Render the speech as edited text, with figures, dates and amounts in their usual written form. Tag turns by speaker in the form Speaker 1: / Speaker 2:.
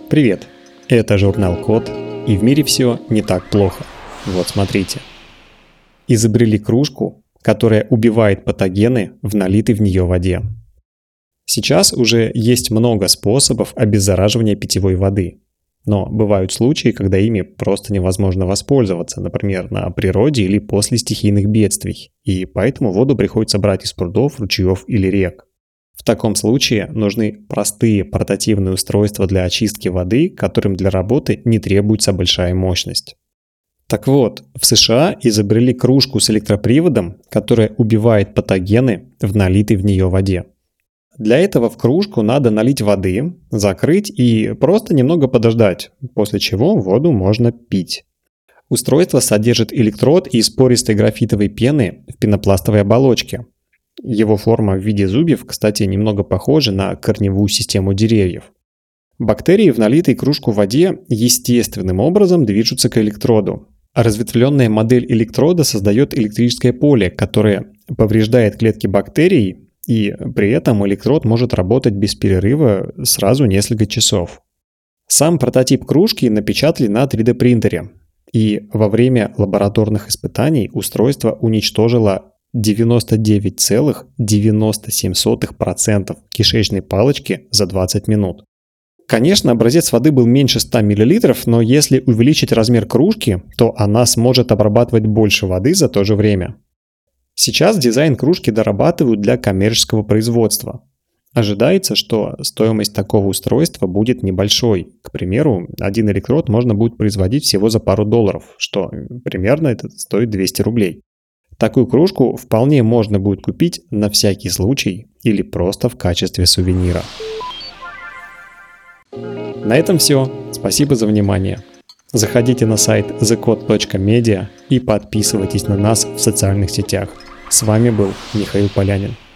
Speaker 1: Привет! Это журнал Код, и в мире все не так плохо. Вот смотрите. Изобрели кружку, которая убивает патогены в налитой в нее воде. Сейчас уже есть много способов обеззараживания питьевой воды. Но бывают случаи, когда ими просто невозможно воспользоваться, например, на природе или после стихийных бедствий, и поэтому воду приходится брать из прудов, ручьев или рек. В таком случае нужны простые портативные устройства для очистки воды, которым для работы не требуется большая мощность. Так вот, в США изобрели кружку с электроприводом, которая убивает патогены в налитой в нее воде. Для этого в кружку надо налить воды, закрыть и просто немного подождать, после чего воду можно пить. Устройство содержит электрод из пористой графитовой пены в пенопластовой оболочке. Его форма в виде зубьев, кстати, немного похожа на корневую систему деревьев. Бактерии в налитой кружку воде естественным образом движутся к электроду. А разветвленная модель электрода создает электрическое поле, которое повреждает клетки бактерий, и при этом электрод может работать без перерыва сразу несколько часов. Сам прототип кружки напечатали на 3D принтере, и во время лабораторных испытаний устройство уничтожило 99,97% кишечной палочки за 20 минут. Конечно, образец воды был меньше 100 мл, но если увеличить размер кружки, то она сможет обрабатывать больше воды за то же время. Сейчас дизайн кружки дорабатывают для коммерческого производства. Ожидается, что стоимость такого устройства будет небольшой. К примеру, один электрод можно будет производить всего за пару долларов, что примерно это стоит 200 рублей. Такую кружку вполне можно будет купить на всякий случай или просто в качестве сувенира. На этом все. Спасибо за внимание. Заходите на сайт thecode.media и подписывайтесь на нас в социальных сетях. С вами был Михаил Полянин.